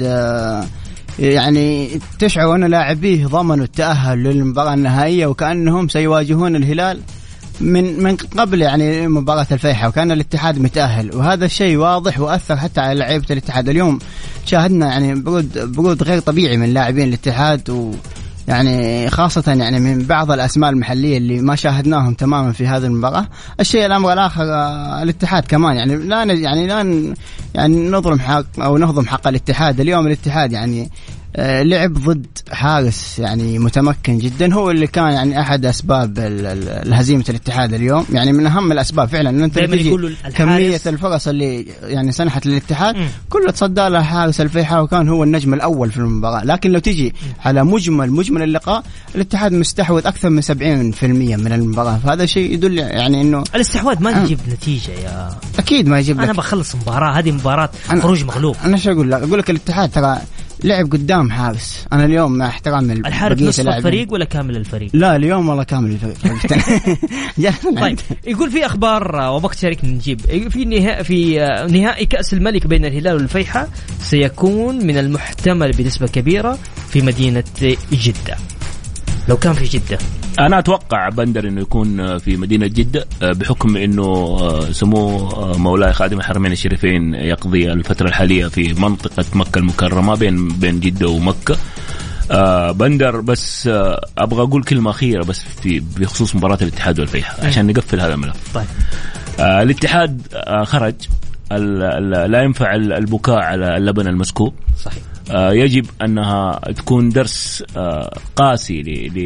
يعني تشعر أن لاعبيه ضمنوا التأهل للمباراة النهائية وكأنهم سيواجهون الهلال من من قبل يعني مباراة الفيحاء، وكان الاتحاد متأهل، وهذا الشيء واضح وأثر حتى على لعيبة الاتحاد. اليوم شاهدنا يعني برود برود غير طبيعي من لاعبين الاتحاد، و يعني خاصة يعني من بعض الأسماء المحلية اللي ما شاهدناهم تماما في هذه المباراة. الشيء الأمر الآخر الاتحاد كمان يعني لا يعني لا يعني نظلم حق أو نهضم حق الاتحاد. اليوم الاتحاد يعني لعب ضد حارس يعني متمكن جدا، هو اللي كان يعني أحد أسباب الهزيمة الاتحاد اليوم، يعني من أهم الأسباب فعلا أن أنت كمية الفرص اللي يعني سنحت للاتحاد كله تصدى لها حارس الفيحاء وكان هو النجم الأول في المباراة. لكن لو تيجي م. على مجمل مجمل اللقاء الاتحاد مستحوذ أكثر من سبعين بالمئة من المباراة، فهذا شيء يدل يعني إنه الاستحواذ ما يجيب آه. نتيجة يا أكيد ما يجيب. أنا لك. بخلص مباراة، هذه مباراة خروج مغلوب. أنا شو أقول لك؟ أقول لك الاتحاد ترى لعب قدام حارس. أنا اليوم مع احترام الحارس نصف الفريق ولا كامل الفريق؟ لا اليوم والله كامل الفريق. طيب يقول في أخبار ووقت شارك نجيب في نهائي في نهائي كأس الملك بين الهلال والفيحاء سيكون من المحتمل بنسبة كبيرة في مدينة جدة. لو كان في جدة أنا أتوقع بندر إنه يكون في مدينة جدة بحكم إنه سمو مولاي خادم الحرمين الشريفين يقضي الفترة الحالية في منطقة مكة المكرمة بين بين جدة ومكة. بندر بس أبغى أقول كلمة أخيرة بس في بخصوص مباراة الاتحاد والفيحاء عشان نقفل هذا الملف. طيب الاتحاد خرج، لا ينفع البكاء على اللبن المسكوب. صحيح. يجب أنها تكون درس قاسي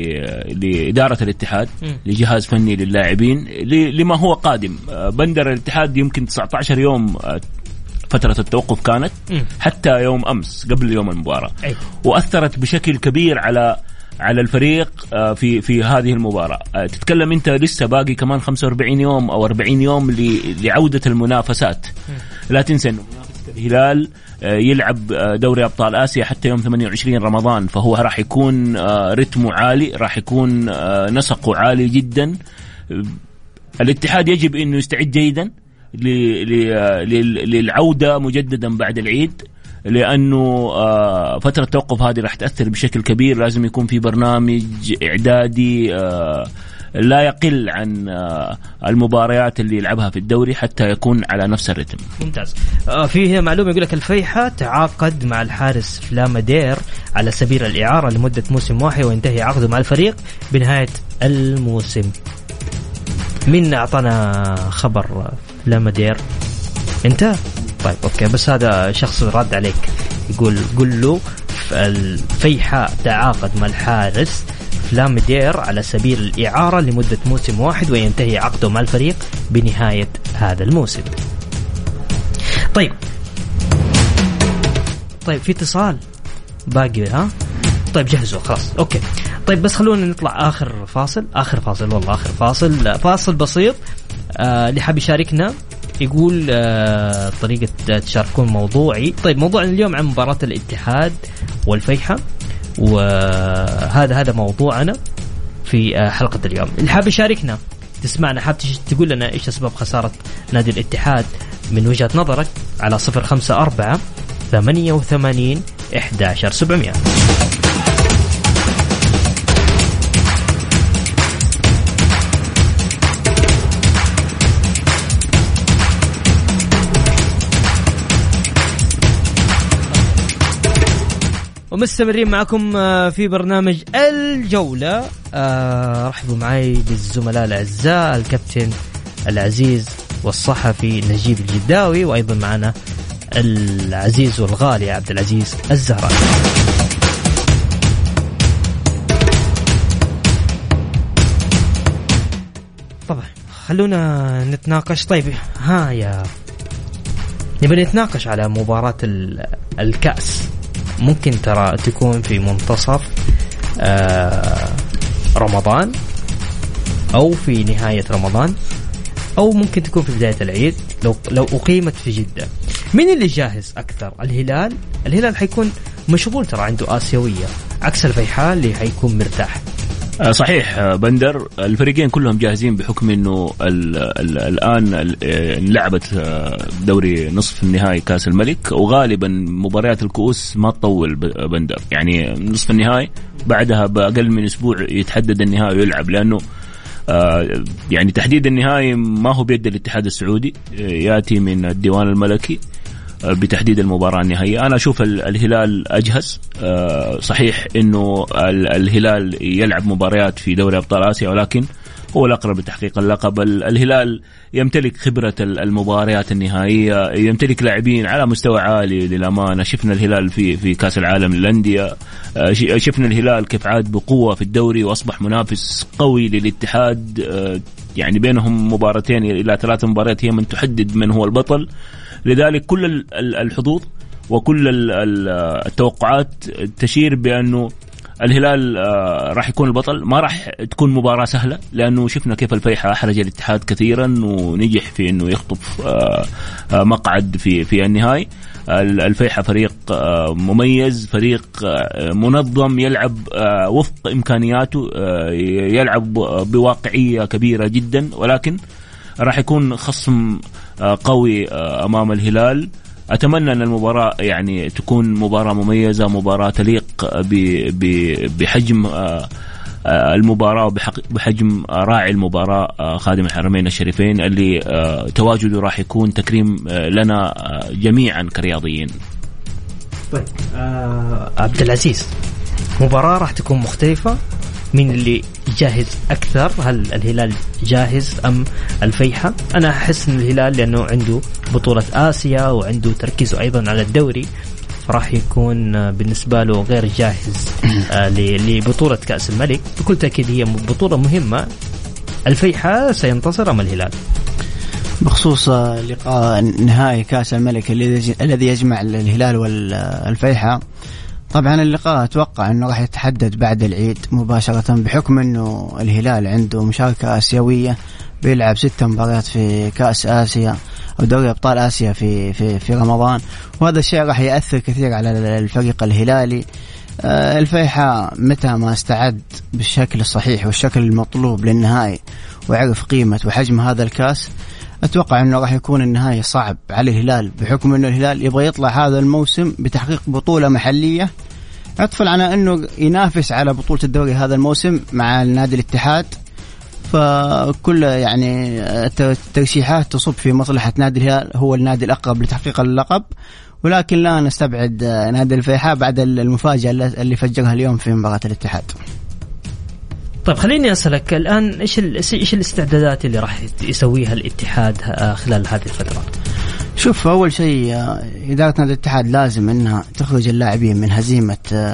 لإدارة الاتحاد، لجهاز فني، للاعبين، لما هو قادم. بندر الاتحاد يمكن تسعة عشر يوم فترة التوقف كانت حتى يوم أمس قبل يوم المباراة، وأثرت بشكل كبير على على الفريق في في هذه المباراة. تتكلم أنت لسه باقي كمان خمسة وأربعين يوم أو أربعين يوم لعودة المنافسات. لا تنسى أنه الهلال يلعب دوري أبطال آسيا حتى يوم ثمانية وعشرين رمضان، فهو راح يكون رتمه عالي، راح يكون نسقه عالي جدا. الاتحاد يجب أنه يستعد جيدا للعودة مجددا بعد العيد، لأنه فترة التوقف هذه راح تأثر بشكل كبير. لازم يكون في برنامج إعدادي لا يقل عن المباريات اللي يلعبها في الدوري حتى يكون على نفس الرتم. ممتاز. فيه معلومة يقول لك الفيحة تعاقد مع الحارس فلامادير على سبيل الإعارة لمدة موسم واحد وينتهي عقده مع الفريق بنهاية الموسم. مين أعطانا خبر فلامادير؟ أنت؟ طيب أوكي، بس هذا شخص رد عليك يقول قل له الفيحة تعاقد مع الحارس فلامادير على سبيل الإعارة لمدة موسم واحد وينتهي عقده مع الفريق بنهاية هذا الموسم. طيب طيب في اتصال باقي ها؟ طيب جهزوا خلاص أوكي. طيب بس خلونا نطلع آخر فاصل آخر فاصل والله آخر فاصل فاصل بسيط. آه اللي حاب يشاركنا يقول آه طريقة تشاركون موضوعي. طيب موضوعنا اليوم عن مباراة الاتحاد والفيحة، وهذا هذا موضوعنا في حلقة اليوم. اللي حاب يشاركنا تسمعنا حاب تقول لنا إيش أسباب خسارة نادي الاتحاد من وجهة نظرك على صفر خمسة أربعة ثمانية وثمانين إحدى عشر سبعمية. ومستمرين معكم في برنامج الجولة. رحبوا معي بالزملاء الأعزاء الكابتن العزيز والصحفي نجيب الجداوي، وأيضا معنا العزيز والغالي عبد العزيز الزهراني. طبعا خلونا نتناقش. طيب ها يا نبي نتناقش على مباراة الكأس. ممكن ترى تكون في منتصف آه رمضان أو في نهاية رمضان أو ممكن تكون في بداية العيد لو لو أقيمت في جدة. مين اللي جاهز أكثر؟ الهلال الهلال حيكون مشغول ترى عنده آسيوية، عكس الفيحاء اللي حيكون مرتاح. صحيح بندر، الفريقين كلهم جاهزين بحكم انه ال ال الان لعبت دوري نصف النهائي كاس الملك، وغالبا مباريات الكؤوس ما تطول بندر، يعني نصف النهائي بعدها باقل من اسبوع يتحدد النهائي ويلعب، لانه يعني تحديد النهائي ما هو بيد الاتحاد السعودي، ياتي من الديوان الملكي بتحديد المباراة النهائية. أنا أشوف الهلال أجهز. صحيح إنه الهلال يلعب مباريات في دوري أبطال آسيا، ولكن هو الأقرب لتحقيق اللقب. الهلال يمتلك خبرة المباريات النهائية، يمتلك لاعبين على مستوى عالي للأمانة. شفنا الهلال في في كأس العالم للأندية، شفنا الهلال كيف عاد بقوة في الدوري وأصبح منافس قوي للاتحاد، يعني بينهم مباراتين إلى ثلاث مباريات هي من تحدد من هو البطل. لذلك كل الحظوظ وكل التوقعات تشير بأنه الهلال راح يكون البطل. ما راح تكون مباراة سهلة، لأنه شفنا كيف الفيحاء أحرج الاتحاد كثيرا ونجح في أنه يخطف مقعد في في النهائي. الفيحاء فريق مميز، فريق منظم، يلعب وفق إمكانياته، يلعب بواقعية كبيرة جدا، ولكن راح يكون خصم قوي أمام الهلال. أتمنى أن المباراة يعني تكون مباراة مميزة، مباراة تليق بحجم المباراة وبحجم راعي المباراة خادم الحرمين الشريفين، اللي تواجده راح يكون تكريم لنا جميعا كرياضيين. طيب آه عبد العزيز، مباراة راح تكون مختلفة. مين اللي جاهز أكثر؟ هل الهلال جاهز أم الفيحاء؟ أنا أحس أن الهلال لأنه عنده بطولة آسيا وعنده تركيزه أيضا على الدوري، فراح يكون بالنسبة له غير جاهز لبطولة كأس الملك. بكل تأكيد هي بطولة مهمة. الفيحاء سينتصر أم الهلال؟ بخصوص لقاء نهائي كأس الملك الذي يجمع الهلال والفيحاء، طبعا اللقاء أتوقع أنه راح يتحدد بعد العيد مباشرة، بحكم أنه الهلال عنده مشاركة آسيوية بيلعب ستة مباريات في كأس آسيا أو دوري أبطال آسيا في في في رمضان، وهذا الشيء راح يأثر كثير على الفريق الهلالي. الفيحاء متى ما استعد بالشكل الصحيح والشكل المطلوب للنهائي وعرف قيمة وحجم هذا الكاس، أتوقع أنه راح يكون النهائي صعب على الهلال، بحكم أنه الهلال يبغى يطلع هذا الموسم بتحقيق بطولة محلية، عطفا على أنه ينافس على بطولة الدوري هذا الموسم مع النادي الاتحاد. فكل يعني الترشيحات تصب في مصلحة نادي الهلال، هو النادي الأقرب لتحقيق اللقب، ولكن لا نستبعد نادي الفيحاء بعد المفاجأة اللي فجرها اليوم في مباراة الاتحاد. طيب خليني أسألك الآن، إيش إيش الاستعدادات اللي راح يسويها الاتحاد خلال هذه الفترة؟ شوف، أول شيء إدارة نادي الاتحاد لازم أنها تخرج اللاعبين من هزيمة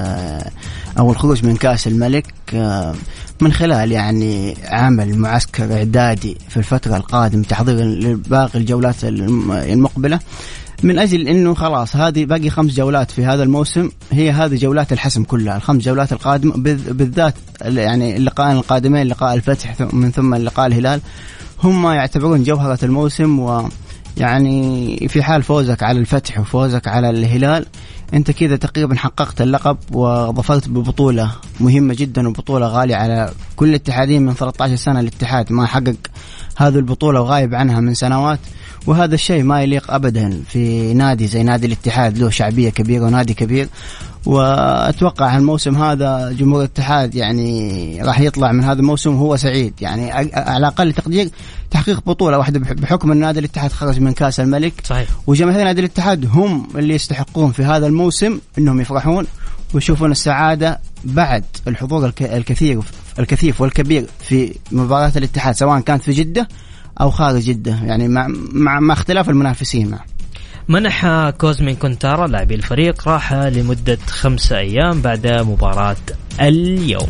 أو الخروج من كأس الملك من خلال يعني عمل معسكر إعدادي في الفترة القادمة، تحضير لباقي الجولات المقبلة، من أجل أنه خلاص هذه باقي خمس جولات في هذا الموسم، هي هذه جولات الحسم كلها، الخمس جولات القادمة بالذات يعني اللقاءين القادمين، لقاء الفتح من ثم اللقاء الهلال، هم يعتبرون جوهرة الموسم. و يعني في حال فوزك على الفتح وفوزك على الهلال، انت كذا تقريبا حققت اللقب وظفرت ببطولة مهمة جدا وبطولة غالية على كل الاتحادين. من ثلاثة عشر سنة الاتحاد ما حقق هذه البطولة وغايب عنها من سنوات، وهذا الشيء ما يليق أبدا في نادي زي نادي الاتحاد، له شعبية كبيرة ونادي كبير. وأتوقع الموسم هذا جمهور الاتحاد يعني راح يطلع من هذا الموسم وهو سعيد، يعني على أقل تقدير تحقيق بطولة واحدة، بحكم أن نادي الاتحاد خرج من كأس الملك. صحيح. وجماهير نادي الاتحاد هم اللي يستحقون في هذا الموسم أنهم يفرحون ويشوفون السعادة بعد الحضور الكثير الكثيف والكبير في مباراة الاتحاد، سواء كانت في جدة أو خارج جدة، يعني مع مع, مع اختلاف المنافسين. معه منح كوزمين كونتارا لاعبي الفريق راحة لمدة خمسة أيام بعد مباراة اليوم.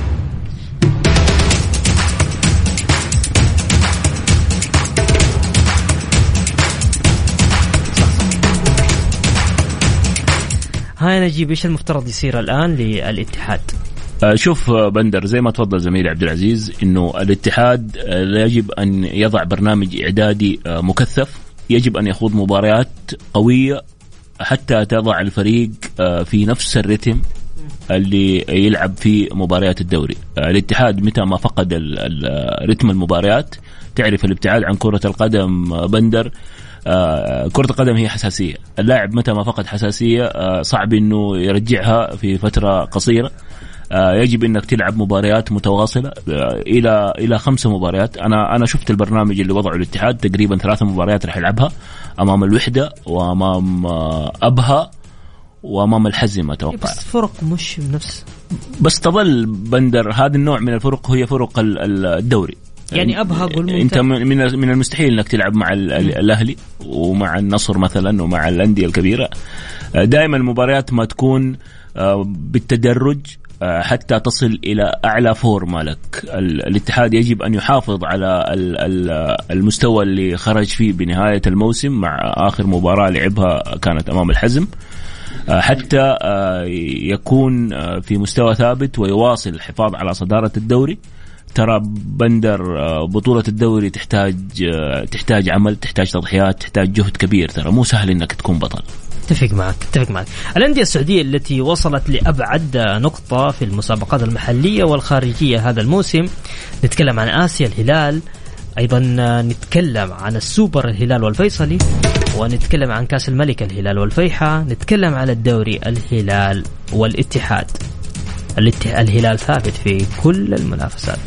هاي نجيب، إيش المفترض يصير الآن للاتحاد؟ شوف بندر، زي ما تفضل زميلي عبد العزيز، إنه الاتحاد يجب أن يضع برنامج إعدادي مكثف، يجب أن يخوض مباريات قوية حتى تضع الفريق في نفس الرتم اللي يلعب في مباريات الدوري. الاتحاد متى ما فقد رتم المباريات، تعرف الابتعاد عن كرة القدم بندر، كرة القدم هي حساسية، اللاعب متى ما فقد حساسية صعب إنه يرجعها في فترة قصيرة. يجب انك تلعب مباريات متواصله الى الى خمسة مباريات. انا انا شفت البرنامج اللي وضعه الاتحاد، تقريبا ثلاث مباريات راح يلعبها امام الوحده وامام ابها وامام الحزمه اتوقع. بس فرق مش نفس، بس تظل بندر هذا النوع من الفرق هي فرق الدوري، يعني ابها قول انت من من المستحيل انك تلعب مع الاهلي ومع النصر مثلا ومع الانديه الكبيره. دائما المباريات ما تكون بالتدرج حتى تصل إلى أعلى فورمة لك. الاتحاد يجب أن يحافظ على المستوى اللي خرج فيه بنهاية الموسم، مع آخر مباراة لعبها كانت أمام الحزم، حتى يكون في مستوى ثابت ويواصل الحفاظ على صدارة الدوري. ترى بندر بطولة الدوري تحتاج تحتاج عمل، تحتاج تضحيات، تحتاج جهد كبير، ترى مو سهل إنك تكون بطل. اتفق معك اتفق معك. الأندية السعودية التي وصلت لأبعد نقطة في المسابقات المحلية والخارجية هذا الموسم، نتكلم عن آسيا الهلال، أيضا نتكلم عن السوبر الهلال والفيصلي، ونتكلم عن كأس الملك الهلال والفيحاء، نتكلم على الدوري الهلال والاتحاد. الهلال ثابت في كل المنافسات،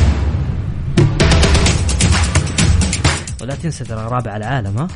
ولا تنسى ترى رابع العالم. ها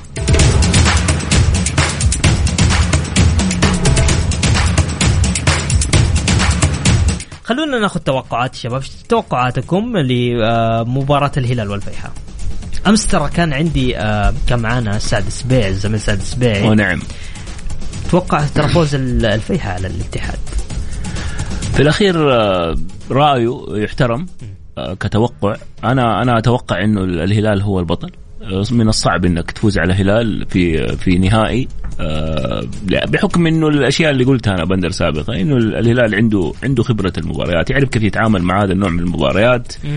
خلونا ناخذ توقعات شباب، توقعاتكم لمباراة الهلال والفيحاء. أمس ترى كان عندي كان معانا سعد سبيع، الزميل سعد سبيع. ونعم. توقع ترى فوز الفيحاء على الاتحاد. في الأخير رأيه يحترم كتوقع. أنا أنا أتوقع إنه الهلال هو البطل. من الصعب إنك تفوز على الهلال في في نهائي، بحكم إنه الأشياء اللي قلتها أنا بندر سابقا، إنه الهلال عنده عنده خبرة المباريات، يعرف كيف يتعامل مع هذا النوع من المباريات.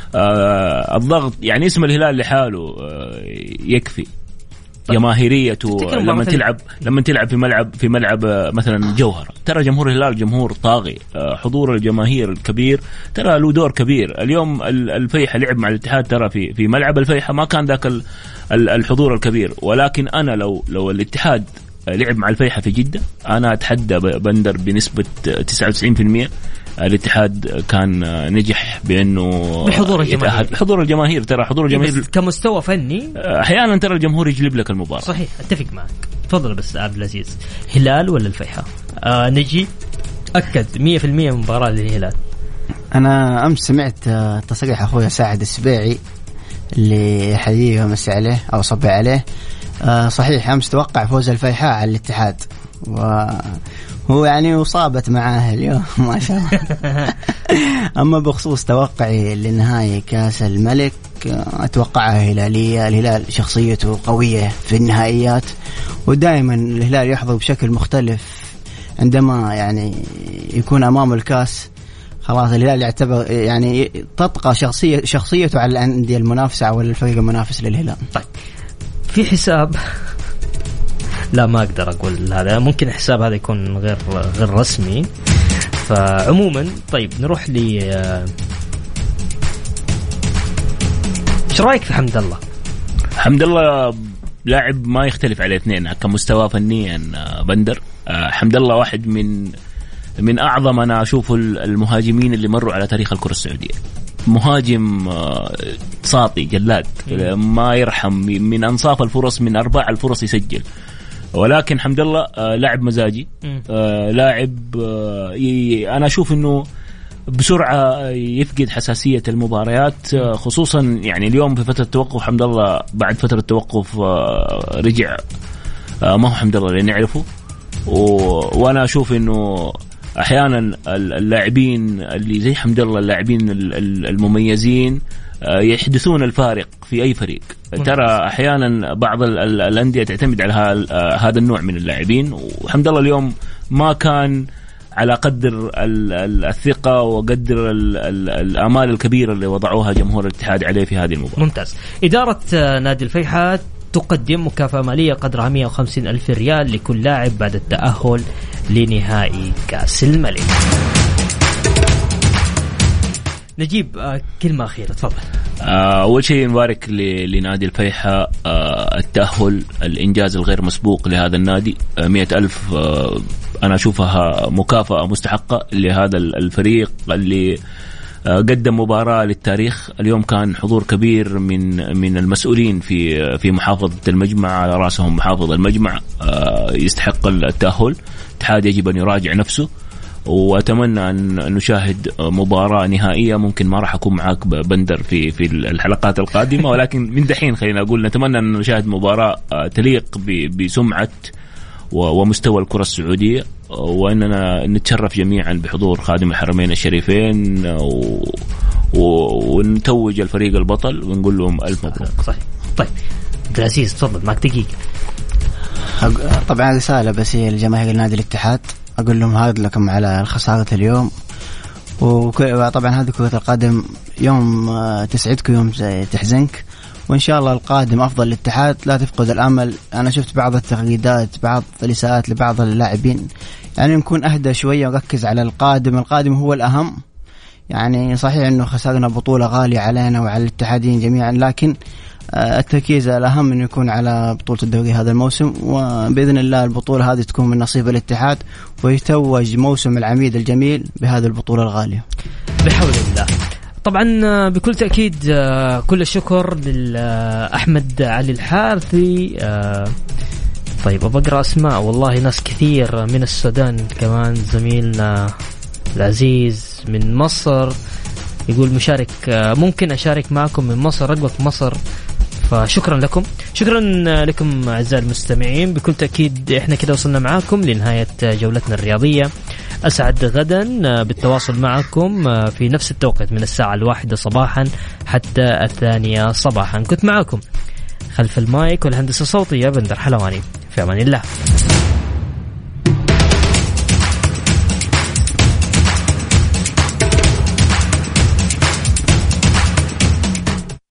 آه الضغط يعني اسم الهلال لحاله آه يكفي جماهيريته لما تلعب لما تلعب في ملعب في ملعب مثلا جوهرة. ترى جمهور الهلال جمهور طاغي، حضور الجماهير الكبير ترى له دور كبير. اليوم الفيحة لعب مع الاتحاد ترى في في ملعب الفيحة ما كان ذاك الحضور الكبير، ولكن أنا لو لو الاتحاد لعب مع الفيحة في جدة أنا أتحدى بندر بنسبة تسعة وتسعين بالمئة الاتحاد كان نجح بأنه بحضور الجماهير. بحضور الجماهير ترى حضور الجماهير كمستوى فني أحيانا ترى الجمهور يجلب لك المباراة. صحيح أتفق معك. تفضل بس عبد العزيز، هلال ولا الفيحة؟ آه نجي أكد مية في المية مباراة للهلال. أنا أمس سمعت تصريح أخوي ساعد السبيعي اللي حقيقة ومسي عليه أو صبي عليه. آه صحيح أمس توقع فوز الفيحاء على الاتحاد، وهو يعني وصابت معاه اليوم ما شاء الله. أما بخصوص توقعي لنهاية كاس الملك أتوقعها هلالية. الهلال شخصيته قوية في النهائيات، ودائما الهلال يحظى بشكل مختلف عندما يعني يكون أمام الكاس. خلاص الهلال يعتبر يعني تطغى شخصية شخصيته على الأندية المنافسة أو الفريق المنافس للهلال. طيب في حساب لا ما أقدر أقول هذا، ممكن حساب هذا يكون غير غير رسمي. فعموما طيب نروح ل ايش رايك في حمد الله؟ حمد الله لاعب ما يختلف عليه اثنين كمستوى فنيا. بندر حمد الله واحد من من أعظم أنا أشوف المهاجمين اللي مروا على تاريخ الكرة السعودية. مهاجم ساطي جلاد ما يرحم، من أنصاف الفرص من أرباع الفرص يسجل. ولكن حمد الله لاعب مزاجي، لاعب أنا أشوف إنه بسرعة يفقد حساسية المباريات، خصوصا يعني اليوم في فترة التوقف. حمد الله بعد فترة التوقف رجع ما هو حمد الله اللي نعرفه. وأنا أشوف إنه أحيانا اللاعبين اللي زي حمد الله اللاعبين المميزين يحدثون الفارق في أي فريق. ترى أحيانا بعض الأندية تعتمد على هذا النوع من اللاعبين، وحمد الله اليوم ما كان على قدر الثقة وقدر الآمال الكبيرة اللي وضعوها جمهور الاتحاد عليه في هذه المباراة. ممتاز. إدارة نادي الفيحاء تقدم مكافأة مالية قدرها مئة وخمسين ألف ريال لكل لاعب بعد التأهل لنهائي كأس الملك. نجيب آه كلمة أخيرة تفضل. آه أول شيء نبارك لنادي الفيحاء آه التأهل، الإنجاز الغير مسبوق لهذا النادي. آه مئة ألف آه أنا أشوفها مكافأة مستحقة لهذا الفريق اللي قدم مباراة للتاريخ. اليوم كان حضور كبير من من المسؤولين في في محافظة المجمع، على رأسهم محافظ المجمع. يستحق التأهل. الاتحاد يجب أن يراجع نفسه، وأتمنى أن نشاهد مباراة نهائية. ممكن ما راح أكون معاك بندر في في الحلقات القادمة، ولكن من دحين خلينا أقول نتمنى أن نشاهد مباراة تليق بسمعة ومستوى الكرة السعودية، وأننا نتشرف جميعا بحضور خادم الحرمين الشريفين و... و... ونتوج الفريق البطل ونقول لهم ألف مبروك. صحيح. طيب عبد العزيز تفضل معك دقيقة. طبعا رسالة بس لجماهير نادي الاتحاد، أقول لهم هارد لكم على الخسارة اليوم، وطبعا هذه كرة القدم يوم تسعدك يوم تحزنك، وإن شاء الله القادم أفضل للاتحاد. لا تفقد الأمل. أنا شفت بعض التغريدات بعض الإساءات لبعض اللاعبين، يعني نكون أهدى شوية وركز على القادم. القادم هو الأهم. يعني صحيح أنه خسرنا بطولة غالية علينا وعلى الاتحادين جميعا، لكن التركيز الأهم أنه يكون على بطولة الدوري هذا الموسم، وبإذن الله البطولة هذه تكون من نصيب الاتحاد ويتوج موسم العميد الجميل بهذه البطولة الغالية بحول الله. طبعا بكل تأكيد كل الشكر لأحمد علي الحارثي. طيب أبقرأ أسماء والله ناس كثير من السودان كمان، زميلنا العزيز من مصر يقول مشارك ممكن أشارك معكم من مصر، رقبة مصر. فشكرا لكم، شكرا لكم أعزائي المستمعين. بكل تأكيد إحنا كده وصلنا معكم لنهاية جولتنا الرياضية. أسعد غدا بالتواصل معكم في نفس التوقيت من الساعة الواحدة صباحا حتى الثانية صباحا. كنت معكم خلف المايك والهندسة الصوتية بندر حلواني. في أمان الله.